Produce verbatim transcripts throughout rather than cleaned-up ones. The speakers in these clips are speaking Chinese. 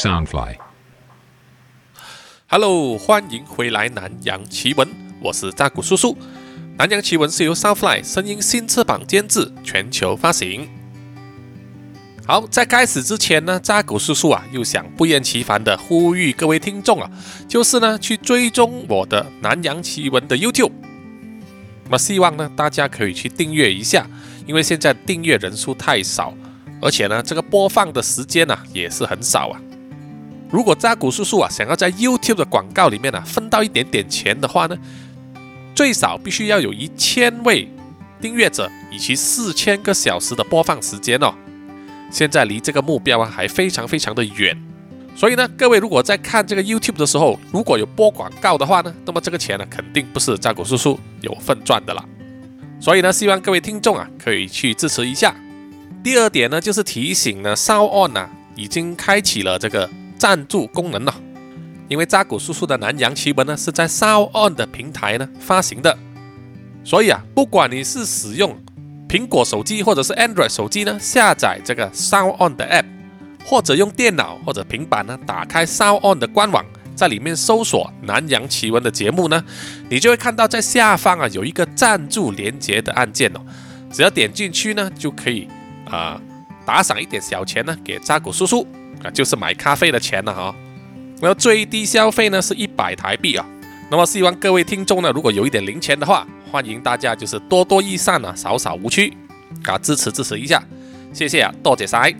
Soundfly。Hello， 欢迎回来南洋奇闻，我是扎古叔叔。南洋奇闻是由 Soundfly 声音新翅膀监制，全球发行。好，在开始之前呢，扎古叔叔啊又想不厌其烦的呼吁各位听众啊，就是呢去追踪我的南洋奇闻的 YouTube。那么希望呢大家可以去订阅一下，因为现在订阅人数太少，而且呢这个播放的时间啊也是很少啊。如果扎古叔叔啊想要在 YouTube 的广告里面啊分到一点点钱的话呢，最少必须要有一千位订阅者以及四千个小时的播放时间哦。现在离这个目标啊还非常非常的远，所以呢，各位如果在看这个 YouTube 的时候，如果有播广告的话呢，那么这个钱呢肯定不是扎古叔叔有份赚的啦。所以呢，希望各位听众啊可以去支持一下。第二点呢，就是提醒呢 ，SoundOn 啊已经开启了这个赞助功能了。因为扎古叔叔的南洋奇闻呢是在 SoundOn 的平台呢发行的，所以啊，不管你是使用苹果手机或者是 Android 手机呢，下载这个 SoundOn 的 App， 或者用电脑或者平板呢打开 SoundOn 的官网，在里面搜索南洋奇闻的节目呢，你就会看到在下方啊有一个赞助连结的按键哦，只要点进去呢就可以啊、呃、打赏一点小钱呢给扎古叔叔啊，就是买咖啡的钱了哈、哦。然后最低消费呢是一百台币啊。那么希望各位听众呢，如果有一点零钱的话，欢迎大家就是多多益善啊，少少无趣啊，支持支持一下，谢谢啊，多谢晒。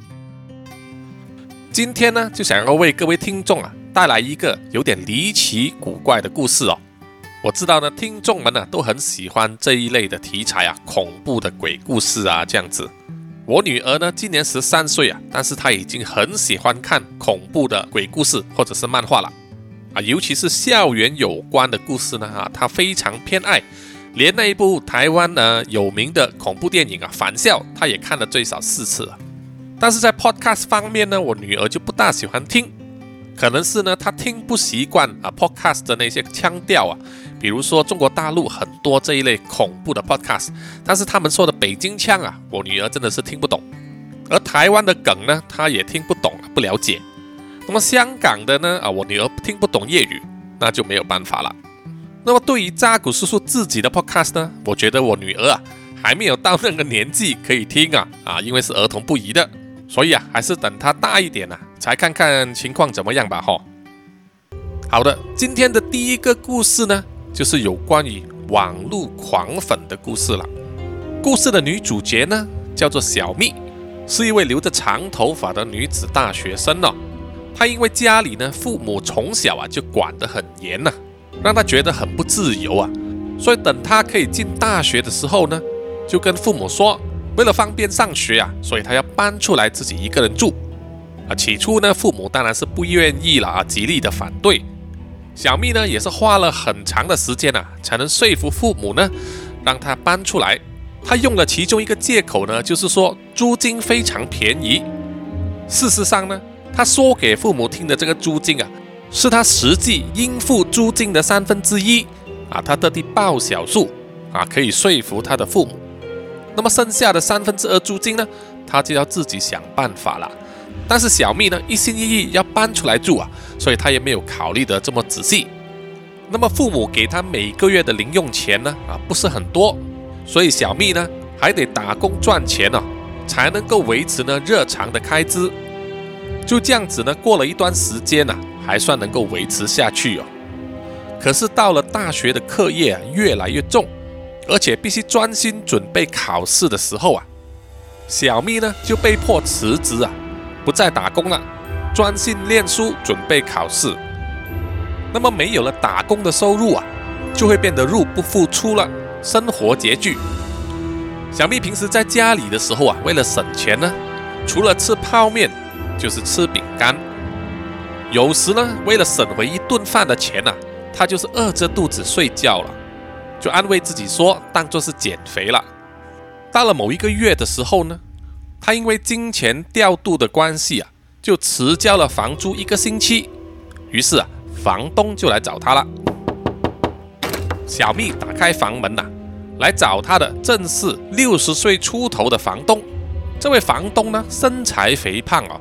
今天呢，就想要为各位听众啊带来一个有点离奇古怪的故事哦。我知道呢，听众们呢都很喜欢这一类的题材啊，恐怖的鬼故事啊这样子。我女儿呢今年十三岁啊，但是她已经很喜欢看恐怖的鬼故事或者是漫画了。啊，尤其是校园有关的故事呢，啊，他非常偏爱，连那一部台湾呢有名的恐怖电影啊《返校》，他也看了最少四次了。但是在 podcast 方面呢，我女儿就不大喜欢听，可能是呢她听不习惯啊 podcast 的那些腔调啊，比如说中国大陆很多这一类恐怖的 podcast， 但是他们说的北京腔啊，我女儿真的是听不懂，而台湾的梗呢，她也听不懂，不了解。那么香港的呢啊，我女儿听不懂粤语，那就没有办法了。那么对于扎古叔叔自己的 podcast 呢，我觉得我女儿啊还没有到那个年纪可以听啊啊，因为是儿童不宜的，所以啊还是等她大一点啊，才看看情况怎么样吧吼。好的，今天的第一个故事呢，就是有关于网络狂粉的故事了。故事的女主角呢叫做小蜜，是一位留着长头发的女子大学生哦。他因为家里呢，父母从小啊就管得很严呐、啊，让他觉得很不自由啊。所以等他可以进大学的时候呢，就跟父母说，为了方便上学啊，所以他要搬出来自己一个人住啊。起初呢，父母当然是不愿意了啊，极力的反对。小蜜呢，也是花了很长的时间啊，才能说服父母呢，让他搬出来。他用了其中一个借口呢，就是说租金非常便宜。事实上呢，他说给父母听的这个租金啊，是他实际应付租金的三分之一啊，他特地报小数啊，可以说服他的父母。那么剩下的三分之二租金呢，他就要自己想办法了。但是小蜜呢，一心一意要搬出来住啊，所以他也没有考虑得这么仔细。那么父母给他每个月的零用钱呢，啊，不是很多，所以小蜜呢还得打工赚钱啊，才能够维持呢日常的开支。就这样子呢，过了一段时间啊，还算能够维持下去哦。可是到了大学的课业啊越来越重，而且必须专心准备考试的时候啊，小蜜呢就被迫辞职啊，不再打工了，专心念书准备考试。那么没有了打工的收入啊，就会变得入不敷出了，生活拮据。小蜜平时在家里的时候啊，为了省钱呢，除了吃泡面就是吃饼干，有时呢为了省回一顿饭的钱啊，他就是饿着肚子睡觉了，就安慰自己说当作是减肥了。到了某一个月的时候呢，他因为金钱调度的关系啊，就迟交了房租一个星期。于是啊，房东就来找他了。小蜜打开房门啊，来找他的正是六十岁出头的房东。这位房东呢，身材肥胖哦，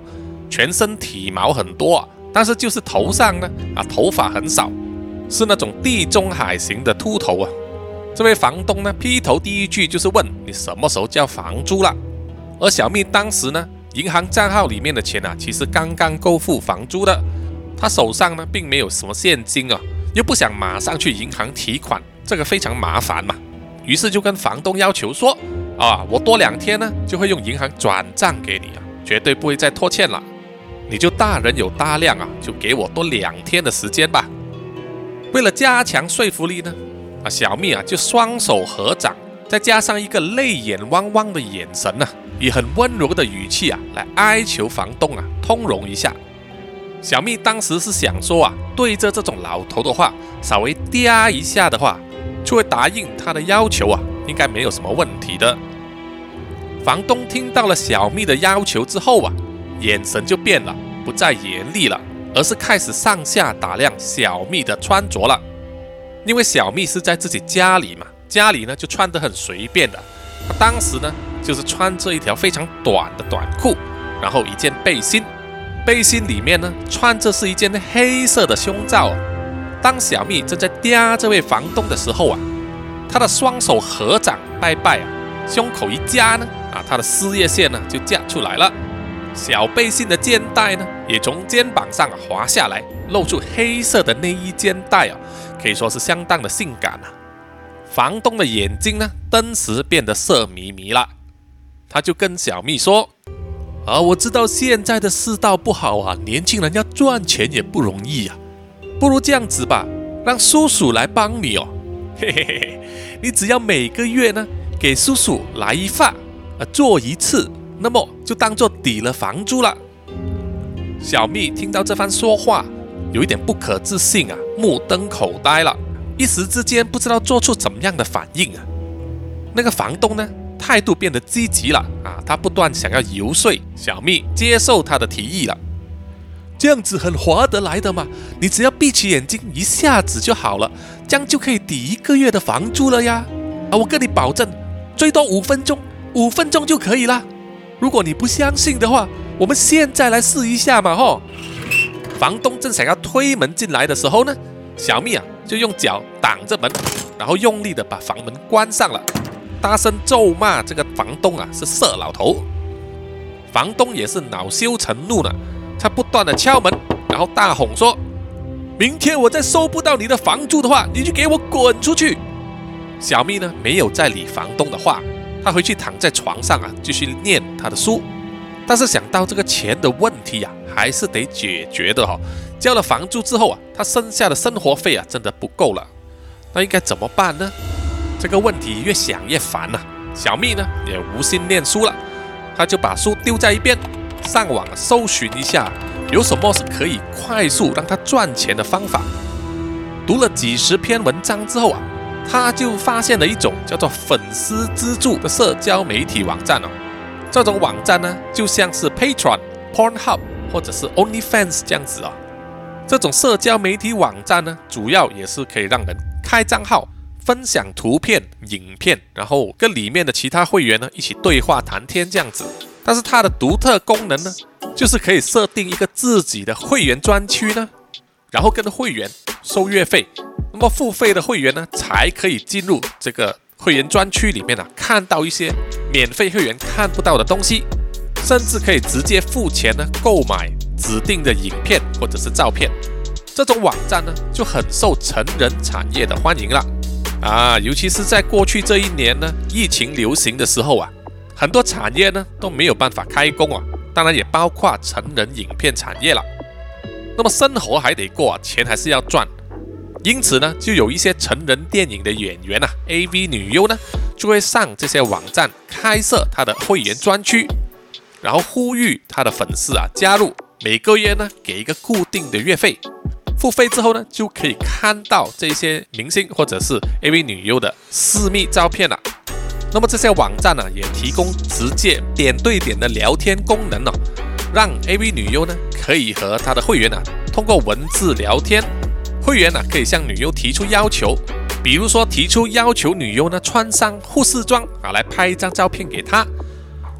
全身体毛很多啊，但是就是头上呢啊头发很少，是那种地中海型的秃头啊。这位房东呢劈头第一句就是问你什么时候交房租了，而小蜜当时呢银行账号里面的钱啊其实刚刚够付房租的，他手上呢并没有什么现金啊，又不想马上去银行提款，这个非常麻烦嘛，于是就跟房东要求说啊，我多两天呢就会用银行转账给你啊，绝对不会再拖欠了，你就大人有大量啊，就给我多两天的时间吧。为了加强说服力呢，啊，小蜜啊就双手合掌，再加上一个泪眼汪汪的眼神啊，以很温柔的语气啊来哀求房东啊通融一下。小蜜当时是想说啊，对着这种老头的话稍微嗲一下的话，就会答应他的要求啊，应该没有什么问题的。房东听到了小蜜的要求之后啊，眼神就变了，不再严厉了，而是开始上下打量小蜜的穿着了。因为小蜜是在自己家里嘛，家里呢就穿得很随便的，他当时呢就是穿着一条非常短的短裤，然后一件背心，背心里面呢穿着是一件黑色的胸罩啊。当小蜜正在嗲这位房东的时候啊，他的双手合掌拜拜啊，胸口一夹呢啊，他的事业线呢就夹出来了，小背心的肩带呢也从肩膀上滑下来，露出黑色的内衣肩带啊，可以说是相当的性感啊。房东的眼睛呢顿时变得色迷迷了，他就跟小蜜说啊，我知道现在的世道不好啊，年轻人要赚钱也不容易啊，不如这样子吧，让叔叔来帮你哦，嘿嘿嘿，你只要每个月呢给叔叔来一发，呃，做一次，那么就当做抵了房租了。小蜜听到这番说话，有一点不可置信啊，目瞪口呆了，一时之间不知道做出怎么样的反应啊。那个房东呢，态度变得积极了啊，他不断想要游说小蜜接受他的提议了。这样子很划得来的嘛，你只要闭起眼睛一下子就好了，这样就可以抵一个月的房租了呀。啊，我跟你保证，最多五分钟，五分钟就可以啦。如果你不相信的话，我们现在来试一下嘛吼。房东正想要推门进来的时候呢，小蜜啊就用脚挡着门，然后用力的把房门关上了，大声咒骂这个房东啊是色老头。房东也是恼羞成怒了，他不断的敲门，然后大吼说，明天我再收不到你的房租的话，你就给我滚出去。小蜜呢没有再理房东的话，他回去躺在床上啊继续念他的书。但是想到这个钱的问题啊还是得解决的哦，交了房租之后啊，他剩下的生活费啊真的不够了，那应该怎么办呢？这个问题越想越烦啊，小蜜呢也无心念书了，他就把书丢在一边，上网搜寻一下有什么是可以快速让他赚钱的方法。读了几十篇文章之后啊，他就发现了一种叫做粉丝资助的社交媒体网站哦。这种网站呢就像是 Patreon、Pornhub 或者是 OnlyFans 这样子哦。这种社交媒体网站呢主要也是可以让人开账号，分享图片、影片，然后跟里面的其他会员呢一起对话谈天这样子。但是它的独特功能呢，就是可以设定一个自己的会员专区呢，然后跟会员收月费。那么付费的会员呢，才可以进入这个会员专区里面啊，看到一些免费会员看不到的东西，甚至可以直接付钱呢购买指定的影片或者是照片。这种网站呢，就很受成人产业的欢迎了啊！尤其是在过去这一年呢，疫情流行的时候啊，很多产业呢都没有办法开工啊，当然也包括成人影片产业了。那么生活还得过啊，钱还是要赚。因此呢，就有一些成人电影的演员啊 ，A V 女优呢，就会上这些网站开设他的会员专区，然后呼吁他的粉丝啊加入，每个月呢给一个固定的月费，付费之后呢就可以看到这些明星或者是 A V 女优的私密照片了。那么这些网站呢也提供直接点对点的聊天功能哦，让 A V 女优呢可以和他的会员啊通过文字聊天。会员呢、啊、可以向女优提出要求，比如说提出要求女优呢穿上护士装啊来拍一张照片给他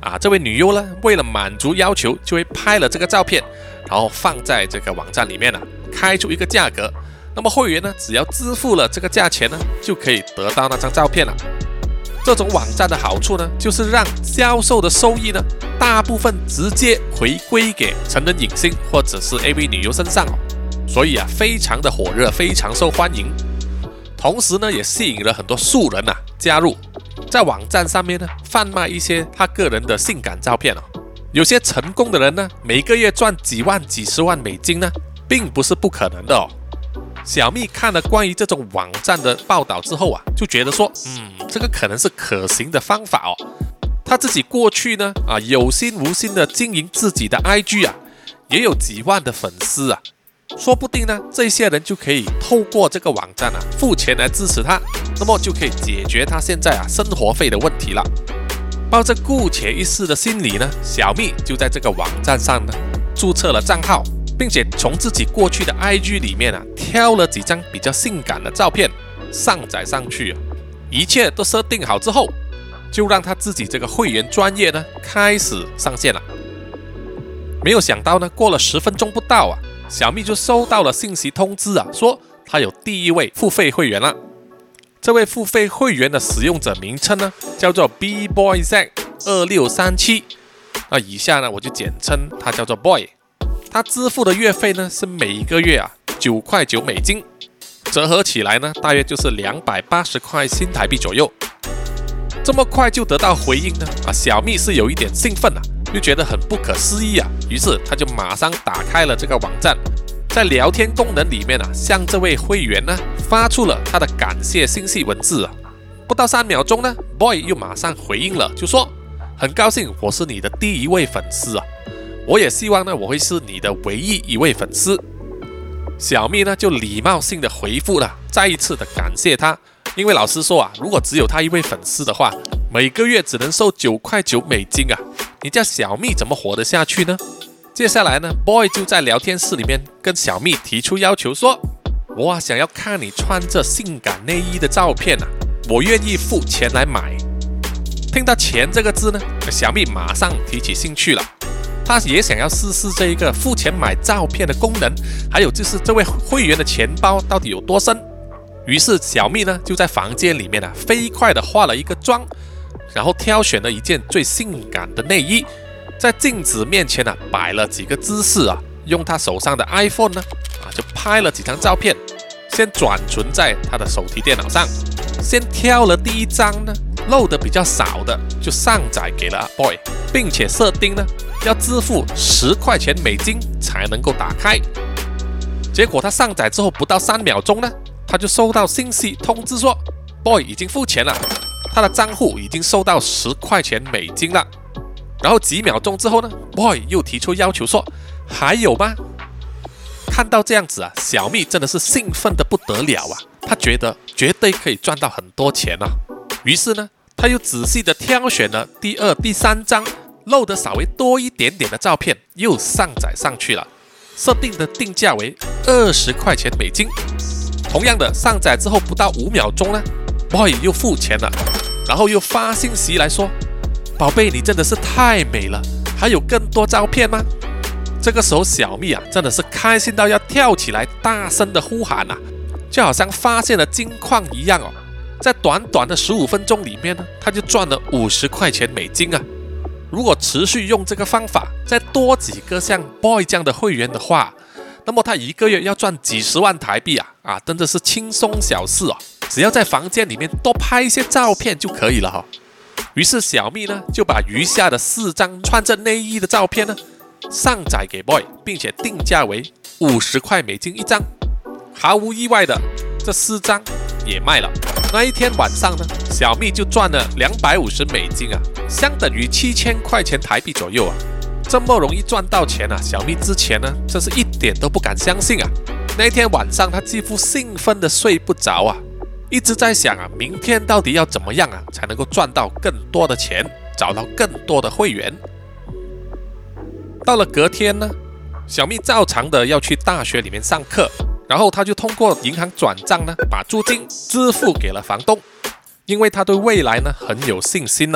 啊，这位女优呢，为了满足要求，就会拍了这个照片，然后放在这个网站里面啊，开出一个价格。那么会员呢，只要支付了这个价钱呢，就可以得到那张照片了。这种网站的好处呢，就是让销售的收益呢，大部分直接回归给成人影星或者是 A V 女优身上哦。所以啊，非常的火热，非常受欢迎。同时呢，也吸引了很多素人啊加入，在网站上面呢，贩卖一些他个人的性感照片哦。有些成功的人呢，每个月赚几万、几十万美金呢，并不是不可能的哦。小蜜看了关于这种网站的报道之后啊，就觉得说，嗯，这个可能是可行的方法哦。他自己过去呢，啊，有心无心的经营自己的 I G 啊，也有几万的粉丝啊，说不定呢，这些人就可以透过这个网站啊，付钱来支持他，那么就可以解决他现在啊生活费的问题了。抱着姑且一试的心理呢，小蜜就在这个网站上呢，注册了账号。并且从自己过去的 I G 里面啊，挑了几张比较性感的照片上载上去啊，一切都设定好之后，就让他自己这个会员专页呢开始上线了。没有想到呢，过了十分钟不到啊，小蜜就收到了信息通知啊，说他有第一位付费会员了。这位付费会员的使用者名称呢，叫做 B Boy Z 二六三七，那以下呢我就简称他叫做 Boy。他支付的月费呢是每个月啊九块九美金，折合起来呢大约就是两百八十块新台币左右。这么快就得到回应呢啊，小蜜是有一点兴奋啊，又觉得很不可思议啊，于是他就马上打开了这个网站，在聊天功能里面啊，向这位会员呢发出了他的感谢信息文字啊。不到三秒钟呢 ，Boy 又马上回应了，就说很高兴我是你的第一位粉丝啊。我也希望呢，我会是你的唯一一位粉丝。小蜜呢就礼貌性的回复了，再一次的感谢他，因为老实说啊，如果只有他一位粉丝的话，每个月只能收九块九美金啊，你叫小蜜怎么活得下去呢？接下来呢 ，Boy 就在聊天室里面跟小蜜提出要求说，我啊想要看你穿着性感内衣的照片啊，我愿意付钱来买。听到钱这个字呢，小蜜马上提起兴趣了。他也想要试试这一个付钱买照片的功能，还有就是这位会员的钱包到底有多深。于是小蜜呢就在房间里面啊飞快的化了一个妆，然后挑选了一件最性感的内衣，在镜子面前啊摆了几个姿势啊，用他手上的 iPhone 呢啊就拍了几张照片，先转存在他的手提电脑上，先挑了第一张呢露的比较少的，就上载给了 Boy， 并且设定呢要支付十块钱美金才能够打开。结果他上载之后不到三秒钟呢，他就收到信息通知说 Boy 已经付钱了，他的账户已经收到十块钱美金了。然后几秒钟之后呢 Boy 又提出要求说还有吗？看到这样子啊，小蜜真的是兴奋的不得了啊，他觉得绝对可以赚到很多钱啊。于是呢他又仔细的挑选了第二、第三张露得稍微多一点点的照片，又上载上去了，设定的定价为二十块钱美金。同样的，上载之后不到五秒钟呢 ，Boy 又付钱了，然后又发信息来说：“宝贝，你真的是太美了，还有更多照片吗？”这个时候，小蜜啊，真的是开心到要跳起来，大声的呼喊啊，就好像发现了金矿一样哦。在短短的十五分钟里面呢，他就赚了五十块钱美金啊。如果持续用这个方法，再多几个像 Boy 这样的会员的话，那么他一个月要赚几十万台币啊！啊，真的是轻松小事哦，只要在房间里面多拍一些照片就可以了哈、哦。于是小蜜呢就把余下的四张穿着内衣的照片呢上载给 Boy， 并且定价为五十块美金一张。毫无意外的，这四张也卖了。那一天晚上呢，小蜜就赚了两百五十美金啊，相等于七千块钱台币左右啊。这么容易赚到钱啊，小蜜之前呢，真是一点都不敢相信啊。那一天晚上，他几乎兴奋的睡不着啊，一直在想啊，明天到底要怎么样啊，才能够赚到更多的钱，找到更多的会员。到了隔天呢，小蜜照常的要去大学里面上课。然后他就通过银行转账呢，把租金支付给了房东，因为他对未来呢很有信心啊。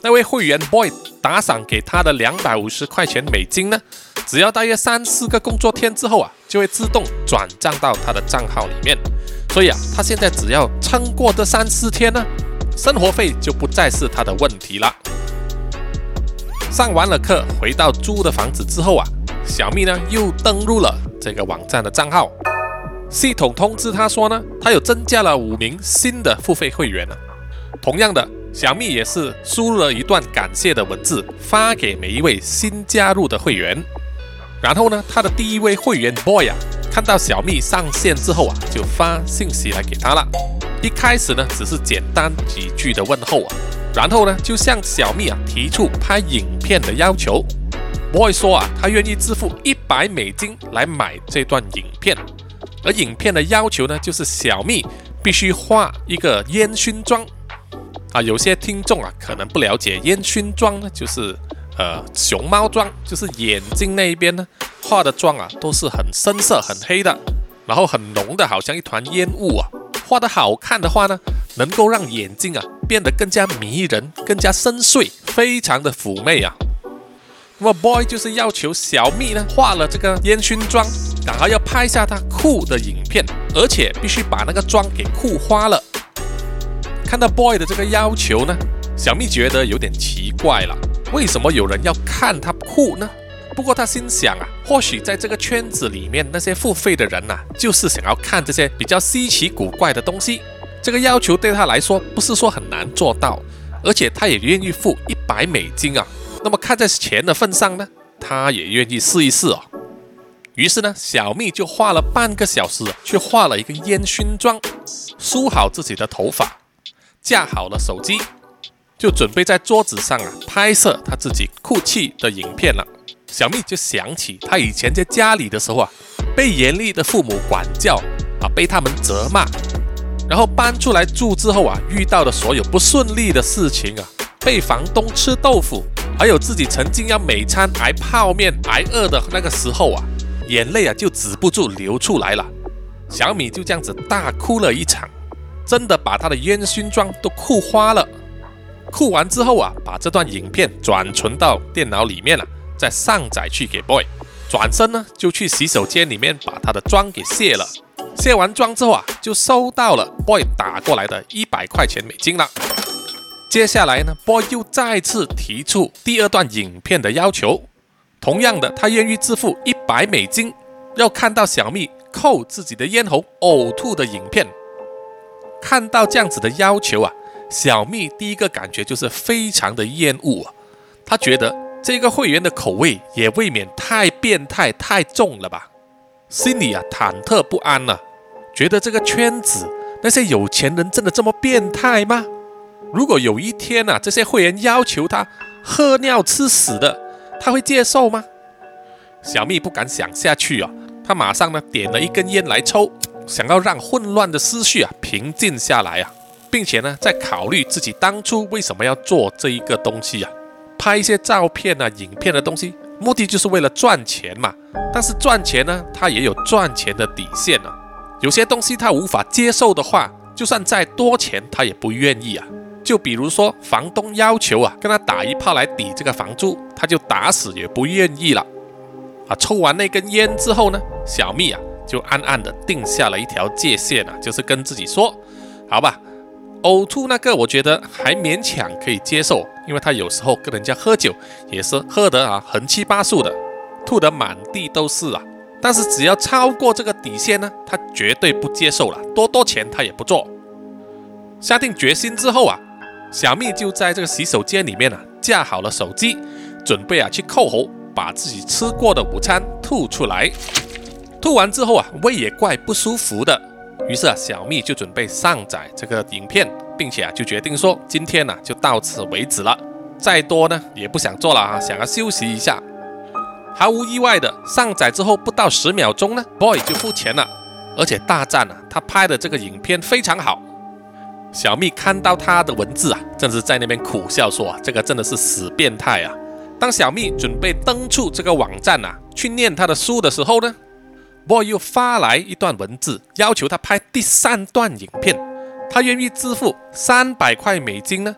那位会员 Boy 打赏给他的两百五十块钱美金呢，只要大约三四个工作天之后啊，就会自动转账到他的账号里面。所以啊，他现在只要撑过这三四天呢，生活费就不再是他的问题了。上完了课，回到租的房子之后啊，小蜜呢又登录了这个网站的账号，系统通知他说呢，他有增加了五名新的付费会员了。同样的，小蜜也是输入了一段感谢的文字，发给每一位新加入的会员。然后呢，他的第一位会员 Boy 啊，看到小蜜上线之后啊，就发信息来给他了。一开始呢，只是简单几句的问候啊，然后呢，就向小蜜啊提出拍影片的要求。Boy 说啊，他愿意支付一百美金来买这段影片，而影片的要求呢，就是小蜜必须画一个烟熏妆。啊，有些听众啊可能不了解烟熏妆呢，就是呃熊猫妆，就是眼睛那一边呢画的妆啊都是很深色、很黑的，然后很浓的，好像一团烟雾啊。画的好看的话呢，能够让眼睛啊变得更加迷人、更加深邃，非常的妩媚啊。那么 Boy 就是要求小蜜呢画了这个烟熏妆，然后要拍下他酷的影片，而且必须把那个妆给酷花了。看到 Boy 的这个要求呢，小蜜觉得有点奇怪了，为什么有人要看他酷呢？不过他心想啊，或许在这个圈子里面，那些付费的人呐、啊，就是想要看这些比较稀奇古怪的东西。这个要求对他来说不是说很难做到，而且他也愿意付一百美金啊。那么看在钱的份上呢，他也愿意试一试哦。于是呢，小蜜就花了半个小时去画了一个烟熏妆，梳好自己的头发，架好了手机，就准备在桌子上啊拍摄他自己酷气的影片了。小蜜就想起他以前在家里的时候啊，被严厉的父母管教啊，被他们责骂，然后搬出来住之后啊，遇到的所有不顺利的事情啊，被房东吃豆腐，还有自己曾经要每餐挨泡面挨饿的那个时候啊，眼泪啊就止不住流出来了。小米就这样子大哭了一场，真的把他的烟熏妆都哭花了。哭完之后啊，把这段影片转存到电脑里面了，再上载去给 Boy。转身呢，就去洗手间里面把他的妆给卸了。卸完妆之后啊，就收到了 Boy 打过来的一百块钱美金了。接下来呢 ，Boy 又再次提出第二段影片的要求，同样的，他愿意支付一百美金，要看到小蜜扣自己的咽喉呕吐的影片。看到这样子的要求啊，小蜜第一个感觉就是非常的厌恶啊，他觉得这个会员的口味也未免太变态、太重了吧，心里啊忐忑不安啊，觉得这个圈子那些有钱人真的这么变态吗？如果有一天啊，这些会员要求他喝尿吃屎的，他会接受吗？小蜜不敢想下去啊，他马上呢点了一根烟来抽，想要让混乱的思绪啊平静下来啊，并且呢再考虑自己当初为什么要做这一个东西啊，拍一些照片啊、影片的东西，目的就是为了赚钱嘛。但是赚钱呢，他也有赚钱的底线啊。有些东西他无法接受的话，就算再多钱他也不愿意啊。就比如说房东要求啊跟他打一炮来抵这个房租，他就打死也不愿意了啊。抽完那根烟之后呢，小蜜啊就暗暗的定下了一条界限啊，就是跟自己说，好吧，呕吐那个我觉得还勉强可以接受，因为他有时候跟人家喝酒也是喝得啊横七八素的，吐得满地都是啊。但是只要超过这个底线呢，他绝对不接受了，多多钱他也不做。下定决心之后啊，小蜜就在这个洗手间里面啊架好了手机，准备啊去扣喉，把自己吃过的午餐吐出来。吐完之后啊，胃也怪不舒服的，于是啊，小蜜就准备上载这个影片，并且啊就决定说，今天呢、啊、就到此为止了，再多呢也不想做了啊，想要休息一下。毫无意外的，上载之后不到十秒钟呢 ，Boy 就付钱了，而且大赞啊，他拍的这个影片非常好。小蜜看到他的文字啊，真是在那边苦笑说啊，这个真的是死变态啊。当小蜜准备登出这个网站啊，去念他的书的时候呢，Boy 又发来一段文字，要求他拍第三段影片，他愿意支付三百块美金呢，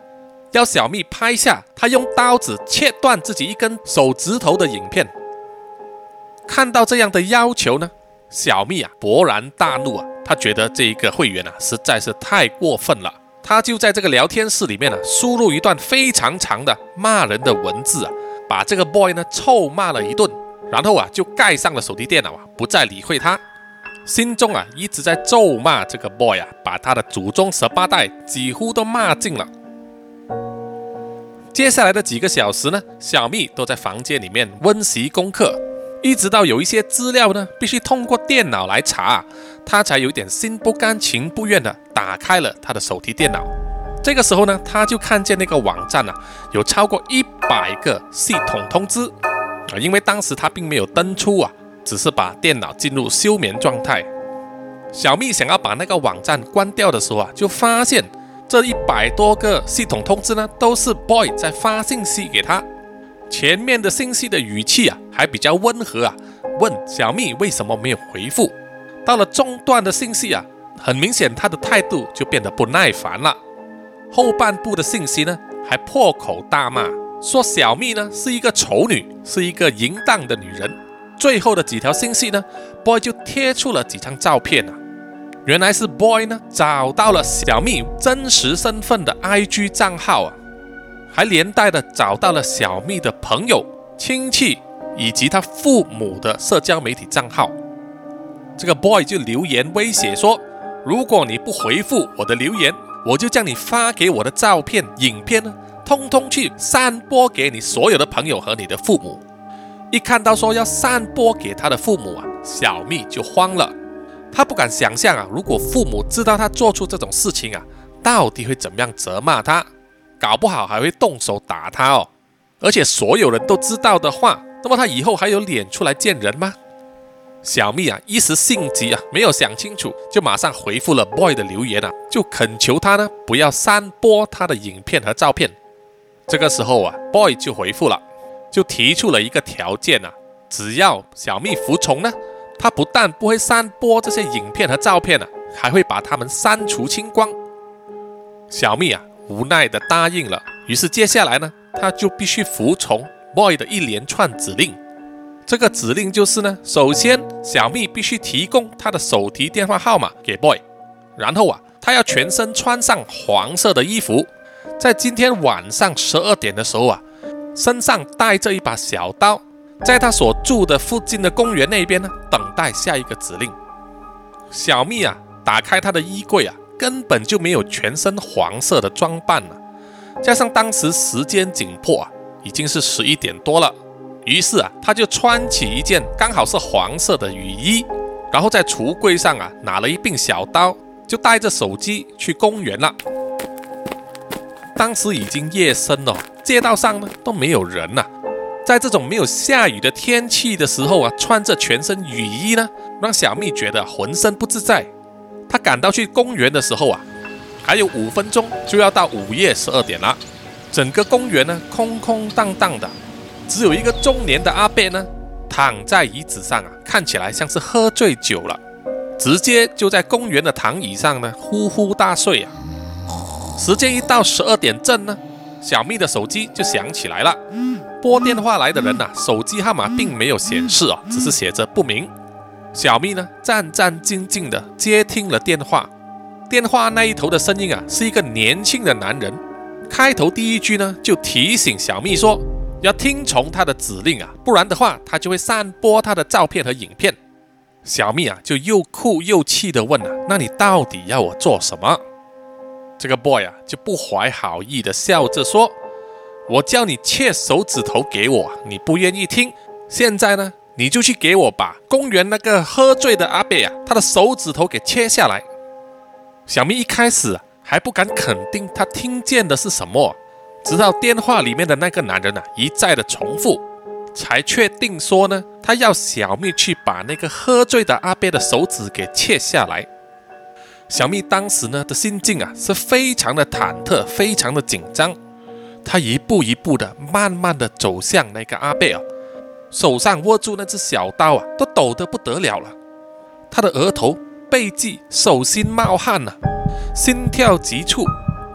要小蜜拍下他用刀子切断自己一根手指头的影片。看到这样的要求呢，小蜜啊勃然大怒啊，他觉得这一个会员啊实在是太过分了。他就在这个聊天室里面啊输入一段非常长的骂人的文字啊，把这个 boy 呢臭骂了一顿，然后啊就盖上了手提电脑啊，不再理会他。心中啊一直在咒骂这个 boy 啊，把他的祖宗十八代几乎都骂尽了。接下来的几个小时呢，小蜜都在房间里面温习功课，一直到有一些资料呢必须通过电脑来查，他才有点心不甘情不愿的打开了他的手提电脑。这个时候呢，他就看见那个网站啊有超过一百个系统通知啊，因为当时他并没有登出啊，只是把电脑进入休眠状态。小蜜想要把那个网站关掉的时候啊，就发现这一百多个系统通知呢都是 boy 在发信息给他，前面的信息的语气啊还比较温和啊，问小蜜为什么没有回复。到了中段的信息啊，很明显他的态度就变得不耐烦了。后半部的信息呢还破口大骂，说小蜜呢是一个丑女，是一个淫荡的女人。最后的几条信息呢 boy 就贴出了几张照片啊，原来是 boy 呢找到了小蜜真实身份的 I G 账号啊，还连带的找到了小蜜的朋友、亲戚以及他父母的社交媒体账号。这个 boy 就留言威胁说，如果你不回复我的留言，我就将你发给我的照片、影片呢，通通去散播给你所有的朋友和你的父母。一看到说要散播给他的父母啊，小蜜就慌了。他不敢想象啊，如果父母知道他做出这种事情啊，到底会怎么样责骂他，搞不好还会动手打他哦。而且所有人都知道的话，那么他以后还有脸出来见人吗？小蜜啊一时性急啊，没有想清楚，就马上回复了 boy 的留言啊，就恳求他呢不要散播他的影片和照片。这个时候啊 boy 就回复了，就提出了一个条件啊，只要小蜜服从呢，他不但不会散播这些影片和照片啊，还会把他们删除清光。小蜜啊无奈的答应了，于是接下来呢，他就必须服从 boy 的一连串指令。这个指令就是呢，首先小蜜必须提供他的手提电话号码给 boy， 然后啊，他要全身穿上黄色的衣服，在今天晚上十二点的时候啊，身上带着一把小刀，在他所住的附近的公园那边呢，等待下一个指令。小蜜啊，打开他的衣柜啊，根本就没有全身黄色的装扮啊，加上当时时间紧迫啊，已经是十一点多了。于是啊，他就穿起一件刚好是黄色的雨衣，然后在橱柜上啊拿了一柄小刀，就带着手机去公园了。当时已经夜深了，街道上呢都没有人啊。在这种没有下雨的天气的时候啊，穿着全身雨衣呢，让小蜜觉得浑身不自在。他赶到去公园的时候啊，还有五分钟就要到午夜十二点了，整个公园呢空空荡荡的。只有一个中年的阿伯呢，躺在椅子上啊，看起来像是喝醉酒了，直接就在公园的躺椅上呢呼呼大睡啊。时间一到十二点正呢，小蜜的手机就响起来了。拨电话来的人啊，手机号码并没有显示哦，只是写着不明。小蜜呢战战兢兢的接听了电话，电话那一头的声音啊是一个年轻的男人，开头第一句呢就提醒小蜜说，要听从他的指令啊，不然的话他就会散播他的照片和影片。小蜜啊就又哭又气的问啊，那你到底要我做什么？这个 boy 啊就不怀好意的笑着说，我叫你切手指头给我，你不愿意听，现在呢你就去给我把公园那个喝醉的阿伯啊他的手指头给切下来。小蜜一开始啊还不敢肯定他听见的是什么，直到电话里面的那个男人啊一再的重复，才确定说呢，他要小蜜去把那个喝醉的阿伯的手指给切下来。小蜜当时呢的心境啊是非常的忐忑，非常的紧张。他一步一步的慢慢的走向那个阿伯啊，手上握住那只小刀啊，都抖得不得了了。他的额头、背脊、手心冒汗啊，心跳急促，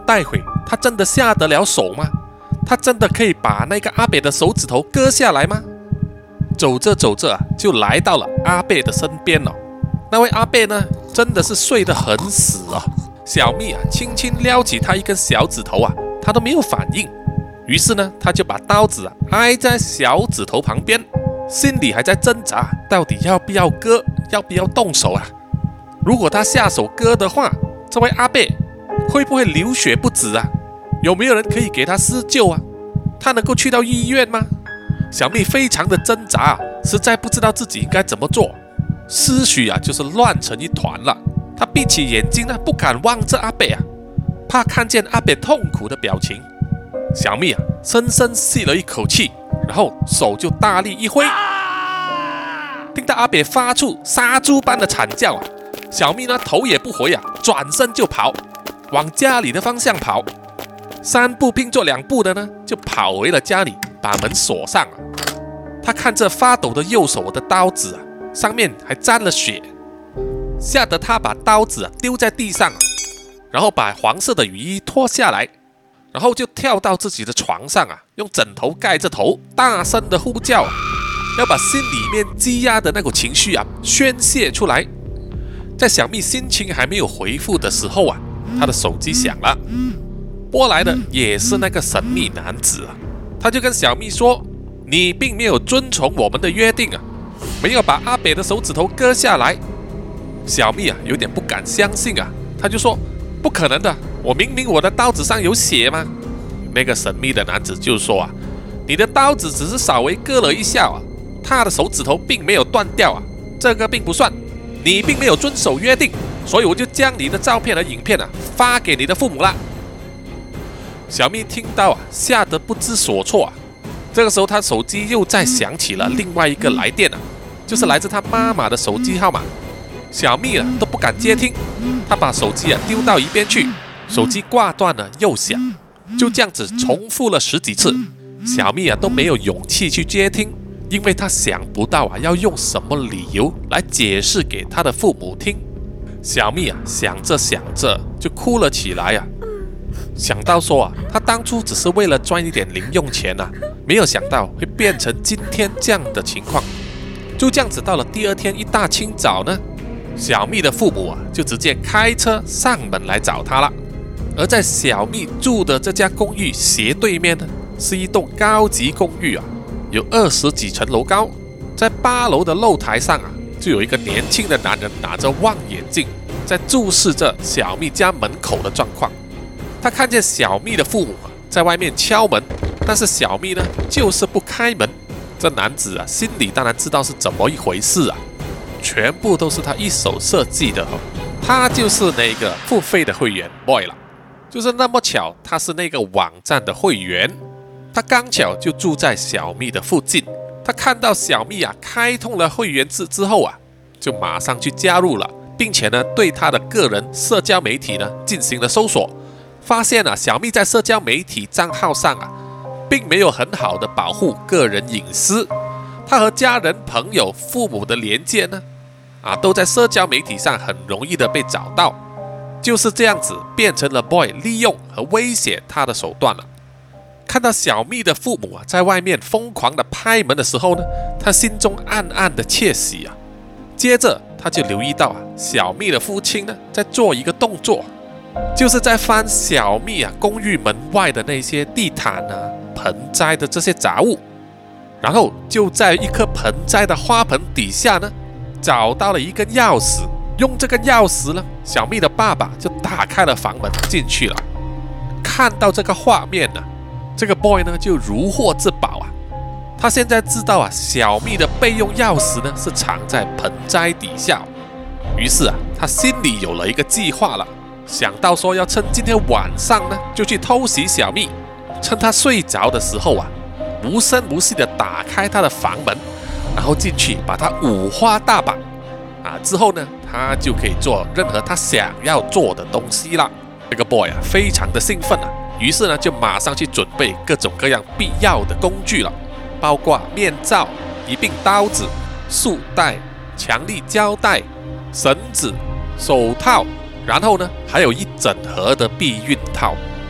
待会他真的下得了手吗？他真的可以把那个阿北的手指头割下来吗？走着走着啊，就来到了阿北的身边了。那位阿北呢，真的是睡得很死啊。小蜜啊，轻轻撩起他一根小指头啊，他都没有反应。于是呢，他就把刀子啊挨在小指头旁边，心里还在挣扎，到底要不要割，要不要动手啊？如果他下手割的话，这位阿伯会不会流血不止啊？有没有人可以给他施救啊？他能够去到医院吗？小蜜非常的挣扎啊，实在不知道自己应该怎么做，思绪啊就是乱成一团了。他闭起眼睛呢，不敢望着阿伯啊，怕看见阿伯痛苦的表情。小蜜啊，深深吸了一口气，然后手就大力一挥，听到阿伯发出杀猪般的惨叫啊，小蜜呢头也不回啊，转身就跑，往家里的方向跑。三步并作两步的呢，就跑回了家里，把门锁上了。他看着发抖的右手的刀子啊，上面还沾了血，吓得他把刀子啊丢在地上，然后把黄色的雨衣脱下来，然后就跳到自己的床上啊，用枕头盖着头，大声的呼叫啊，要把心里面积压的那股情绪啊宣泄出来。在小蜜心情还没有回复的时候啊，他的手机响了，拨来的也是那个神秘男子啊，他就跟小蜜说：“你并没有遵从我们的约定啊，没有把阿北的手指头割下来。”小蜜啊，有点不敢相信啊，他就说：“不可能的，我明明我的刀子上有血吗？”那个神秘的男子就说啊：“你的刀子只是稍微割了一下啊，他的手指头并没有断掉啊，这个并不算。你并没有遵守约定，所以我就将你的照片和影片啊发给你的父母了。”小蜜听到啊，吓得不知所措啊。这个时候，他手机又再响起了另外一个来电啊，就是来自他妈妈的手机号码。小蜜啊都不敢接听，他把手机啊丢到一边去，手机挂断了又响，就这样子重复了十几次。小蜜啊都没有勇气去接听，因为他想不到啊要用什么理由来解释给他的父母听。小蜜啊想着想着就哭了起来啊，想到说啊，他当初只是为了赚一点零用钱啊，没有想到会变成今天这样的情况。就这样子到了第二天一大清早呢，小蜜的父母啊就直接开车上门来找他了。而在小蜜住的这家公寓斜对面呢，是一栋高级公寓啊，有二十几层楼高。在八楼的露台上啊，就有一个年轻的男人拿着望远镜，在注视着小蜜家门口的状况。他看见小蜜的父母啊在外面敲门，但是小蜜呢就是不开门。这男子啊心里当然知道是怎么一回事啊，全部都是他一手设计的哦。他就是那个付费的会员 boy 了，就是那么巧，他是那个网站的会员。他刚巧就住在小蜜的附近，他看到小蜜啊开通了会员制之后啊，就马上去加入了，并且呢对他的个人社交媒体呢进行了搜索，发现啊小蜜在社交媒体账号上啊并没有很好的保护个人隐私，他和家人、朋友、父母的连接呢啊都在社交媒体上很容易的被找到，就是这样子变成了 boy 利用和威胁他的手段了。看到小蜜的父母啊在外面疯狂的拍门的时候呢，他心中暗暗的窃喜啊。接着他就留意到啊小蜜的父亲呢在做一个动作，就是在翻小蜜啊公寓门外的那些地毯啊、盆栽的这些杂物，然后就在一颗盆栽的花盆底下呢找到了一根钥匙，用这根钥匙呢，小蜜的爸爸就打开了房门进去了。看到这个画面呢，这个 boy 呢就如获至宝啊。他现在知道啊，小蜜的备用钥匙呢是藏在盆栽底下，于是啊，他心里有了一个计划了，想到说要趁今天晚上呢就去偷袭小蜜，趁他睡着的时候啊，无声无息的打开他的房门，然后进去把他五花大绑啊，之后呢，他就可以做任何他想要做的东西了。这个 boy 啊，非常的兴奋啊，于是呢，就马上去准备各种各样必要的工具了，包括面罩、一柄刀子、束带、强力胶带、绳子、手套，然后呢，还有一整盒的避孕套。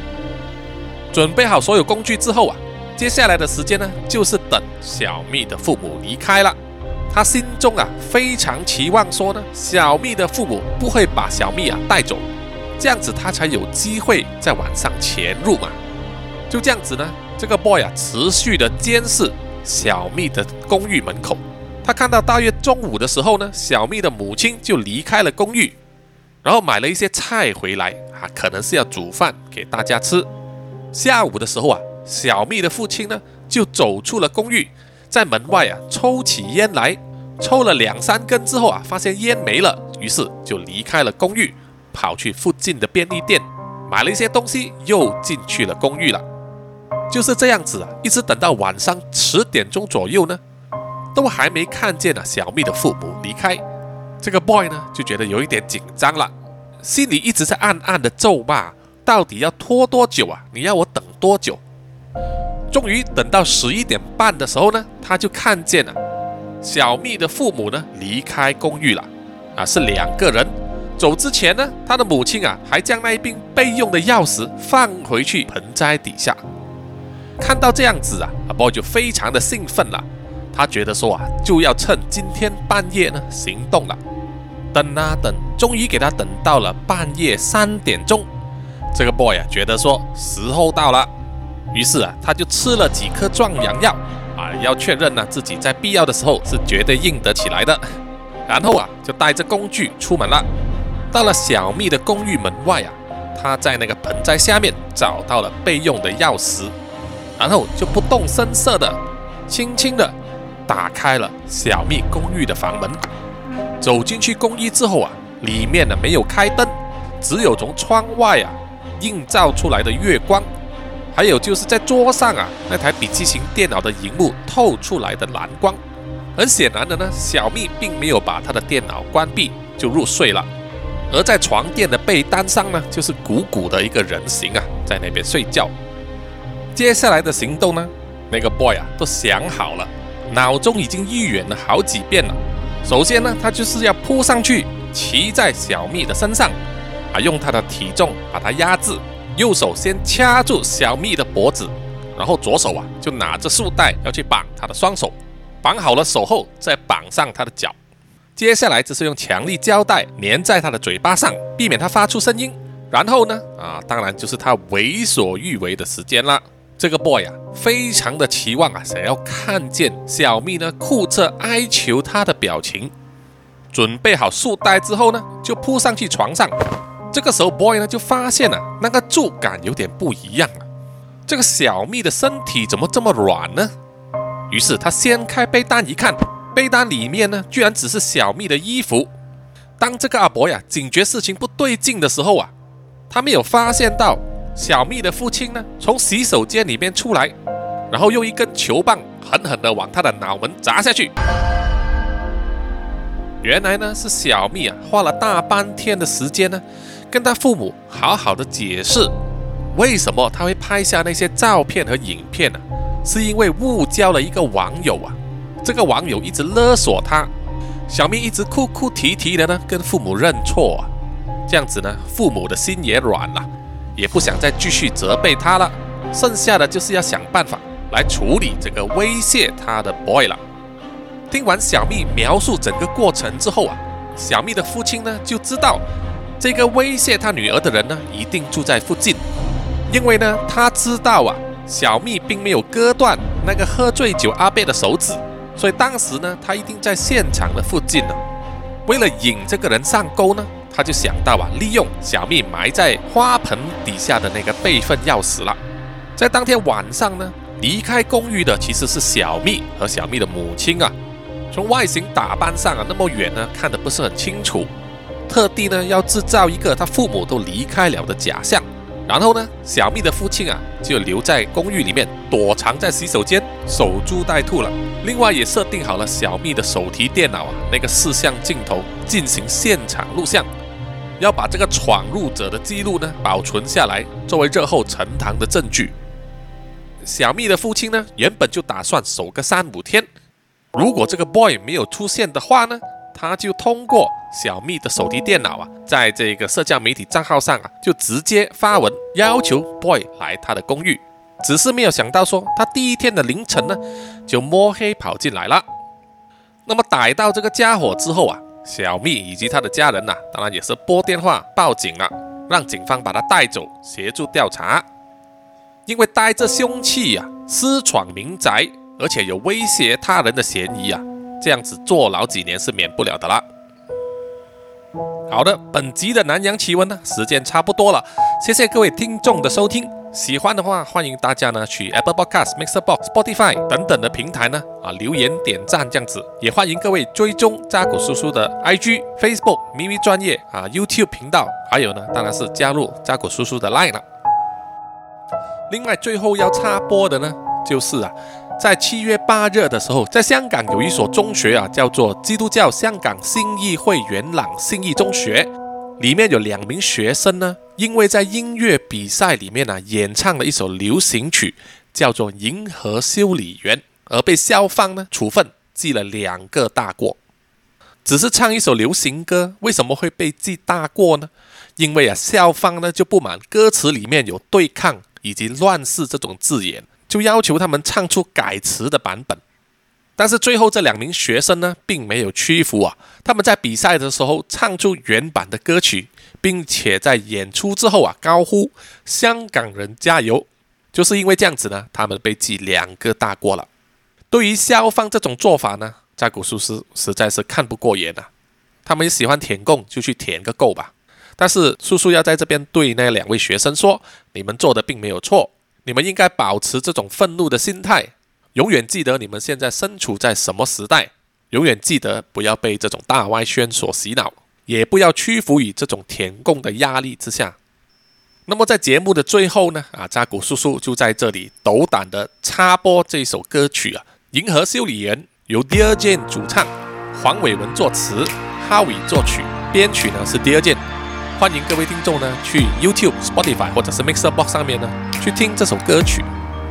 准备好所有工具之后啊，接下来的时间呢，就是等小蜜的父母离开了。他心中啊非常期望说呢，小蜜的父母不会把小蜜啊带走，这样子他才有机会在晚上潜入嘛。就这样子呢，这个 boy 啊持续的监视小蜜的公寓门口。他看到大约中午的时候呢，小蜜的母亲就离开了公寓，然后买了一些菜回来啊，可能是要煮饭给大家吃。下午的时候啊，小蜜的父亲呢就走出了公寓，在门外啊抽起烟来，抽了两三根之后啊，发现烟没了，于是就离开了公寓，跑去附近的便利店买了一些东西，又进去了公寓了。就是这样子啊，一直等到晚上十点钟左右呢，都还没看见啊小蜜的父母离开。这个 boy 呢就觉得有一点紧张了，心里一直在暗暗的咒骂，到底要拖多久啊？你要我等多久？终于等到十一点半的时候呢，他就看见了小蜜的父母呢离开公寓了，啊，是两个人。走之前呢，他的母亲啊还将那一柄备用的钥匙放回去盆栽底下。看到这样子啊，阿 boy 就非常的兴奋了。他觉得说啊，就要趁今天半夜呢行动了。等啊等，终于给他等到了半夜三点钟。这个 boy 啊觉得说时候到了，于是啊他就吃了几颗壮阳药啊，要确认呢自己在必要的时候是绝对硬得起来的。然后啊就带着工具出门了。到了小蜜的公寓门外啊，他在那个盆栽下面找到了备用的钥匙，然后就不动声色的轻轻的打开了小蜜公寓的房门。走进去公寓之后啊，里面呢没有开灯，只有从窗外啊映照出来的月光，还有就是在桌上啊那台笔记型电脑的荧幕透出来的蓝光。很显然的呢，小蜜并没有把她的电脑关闭就入睡了，而在床垫的被单上呢，就是鼓鼓的一个人形啊，在那边睡觉。接下来的行动呢，那个 boy 啊都想好了，脑中已经预演了好几遍了。首先呢，他就是要扑上去，骑在小蜜的身上，啊，用他的体重把她压制，右手先掐住小蜜的脖子，然后左手啊就拿着束带要去绑她的双手，绑好了手后再绑上她的脚。接下来就是用强力胶带粘在她的嘴巴上，避免她发出声音。然后呢，啊，当然就是她为所欲为的时间啦。这个 boy 啊，非常的期望啊，想要看见小蜜呢哭着哀求他的表情。准备好束带之后呢，就扑上去床上。这个时候 boy 呢就发现啊，那个触感有点不一样了。这个小蜜的身体怎么这么软呢？于是他掀开被单一看，被单里面呢居然只是小蜜的衣服。当这个阿伯呀警觉事情不对劲的时候啊，他没有发现到小蜜的父亲呢从洗手间里面出来，然后用一根球棒狠狠地往他的脑门砸下去。原来呢是小蜜啊花了大半天的时间呢，跟他父母好好的解释为什么他会拍下那些照片和影片呢、啊？是因为误交了一个网友啊，这个网友一直勒索他，小蜜一直哭哭啼啼的呢跟父母认错啊，这样子呢父母的心也软了，也不想再继续责备他了，剩下的就是要想办法来处理这个威胁他的 boy 了。听完小蜜描述整个过程之后啊，小蜜的父亲呢就知道这个威胁他女儿的人呢一定住在附近，因为呢他知道啊小蜜并没有割断那个喝醉酒阿伯的手指，所以当时呢他一定在现场的附近呢。为了引这个人上钩呢，他就想到啊利用小蜜埋在花盆底下的那个备份钥匙了。在当天晚上呢，离开公寓的其实是小蜜和小蜜的母亲啊。从外形打扮上啊那么远呢看得不是很清楚，特地呢要制造一个他父母都离开了的假象。然后呢，小蜜的父亲啊就留在公寓里面躲藏在洗手间守株待兔了。另外也设定好了小蜜的手提电脑啊那个视像镜头进行现场录像，要把这个闯入者的记录呢保存下来，作为日后呈堂的证据。小蜜的父亲呢原本就打算守个三五天，如果这个 boy 没有出现的话呢，他就通过小蜜的手提电脑啊，在这个社交媒体账号上啊，就直接发文要求 Boy 来他的公寓。只是没有想到说，他第一天的凌晨呢，就摸黑跑进来了。那么逮到这个家伙之后啊，小蜜以及他的家人呐、啊，当然也是拨电话报警了，让警方把他带走，协助调查。因为带着凶器啊，私闯民宅，而且有威胁他人的嫌疑啊，这样子坐牢几年是免不了的啦。好的，本集的南洋奇闻呢，时间差不多了，谢谢各位听众的收听。喜欢的话，欢迎大家呢去 Apple Podcast、Mixerbox、Spotify 等等的平台呢啊留言点赞这样子，也欢迎各位追踪扎古叔叔的 I G、Facebook、咪咪专业啊 YouTube 频道，还有呢当然是加入扎古叔叔的 Line 了。另外，最后要插播的呢，就是啊，在七月八日的时候，在香港有一所中学啊，叫做基督教香港信义会元朗信义中学，里面有两名学生呢，因为在音乐比赛里面啊，演唱了一首流行曲，叫做《银河修理员》，而被校方呢处分，记了两个大过。只是唱一首流行歌，为什么会被记大过呢？因为啊，校方呢就不满歌词里面有对抗以及乱世这种字眼，就要求他们唱出改词的版本。但是最后这两名学生呢，并没有屈服啊，他们在比赛的时候唱出原版的歌曲，并且在演出之后啊，高呼香港人加油。就是因为这样子呢，他们被记两个大过了。对于校方这种做法呢，扎古叔叔实在是看不过眼啊。他们喜欢舔共就去舔个够吧。但是叔叔要在这边对那两位学生说，你们做的并没有错，你们应该保持这种愤怒的心态，永远记得你们现在身处在什么时代，永远记得不要被这种大外宣所洗脑，也不要屈服于这种舔共的压力之下。那么在节目的最后呢，啊，扎古叔叔就在这里斗胆的插播这首歌曲啊，《银河修理员》，由 Dear Jane 主唱，黄伟文作词，哈维作曲，编曲呢是 Dear Jane。欢迎各位听众呢去 YouTube、Spotify 或者是 Mixerbox 上面呢去听这首歌曲。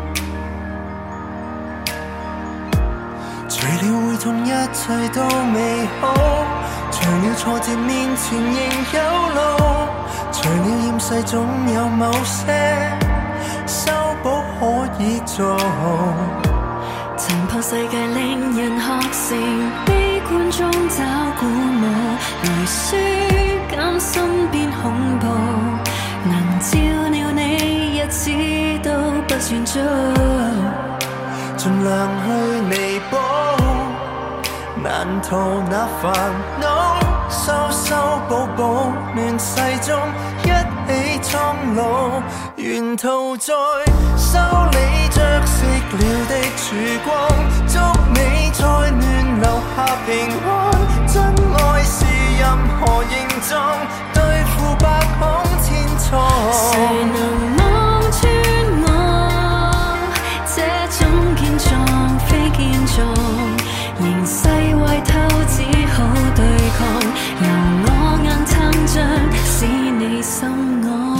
除了會痛，一切都美好，除了挫折面前仍有路，除了厭世總有某些修補可以做。 殘破世界令人學成，悲觀中找鼓舞，如書減身邊恐怖，能照料你日子都不算糟， 盡量去彌補，難逃那煩惱，修修補補，亂世中一起蒼老，沿途在修理着熄了的曙光，祝你在亂留下平安，真愛是任何形狀，對付百孔千瘡。 誰能望穿我這種健壯非健壯，形勢壞透只好對抗，由我硬撐着使你心安。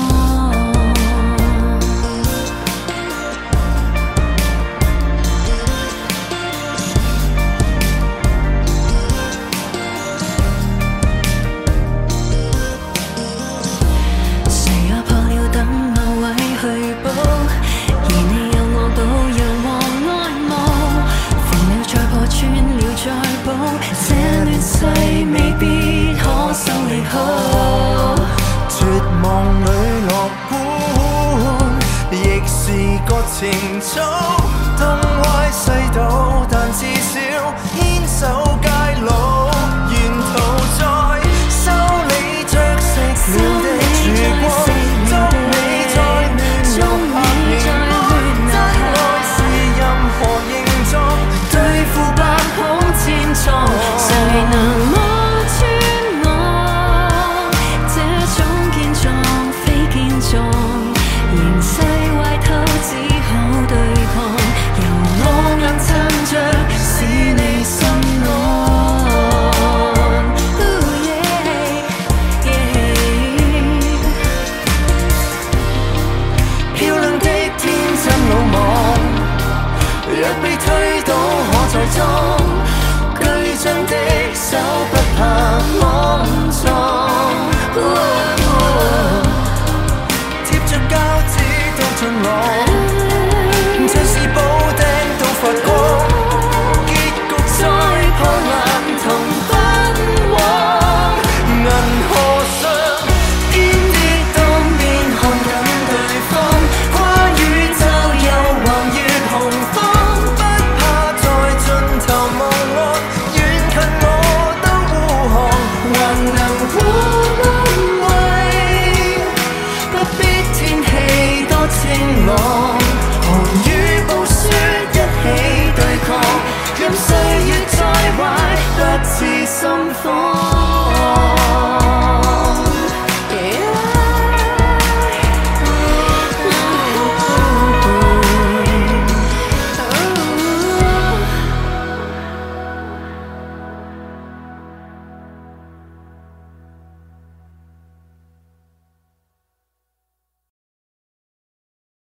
未必可修理好， 絕望裏樂觀，亦是個情操。東歪西倒，但至少牽手偕老，沿途在修理着熄了的曙光，祝你在亂落下平安，真愛是任何形狀，對付百孔千瘡。 誰能望穿我這種健壯非健壯，形勢壞透只好對抗，由我硬撐着使你心安。Ooh, yeah, yeah. 漂亮的天真魯莽，若被推倒可再裝，巨匠的手不怕芒。 任歲月再壞，不知心火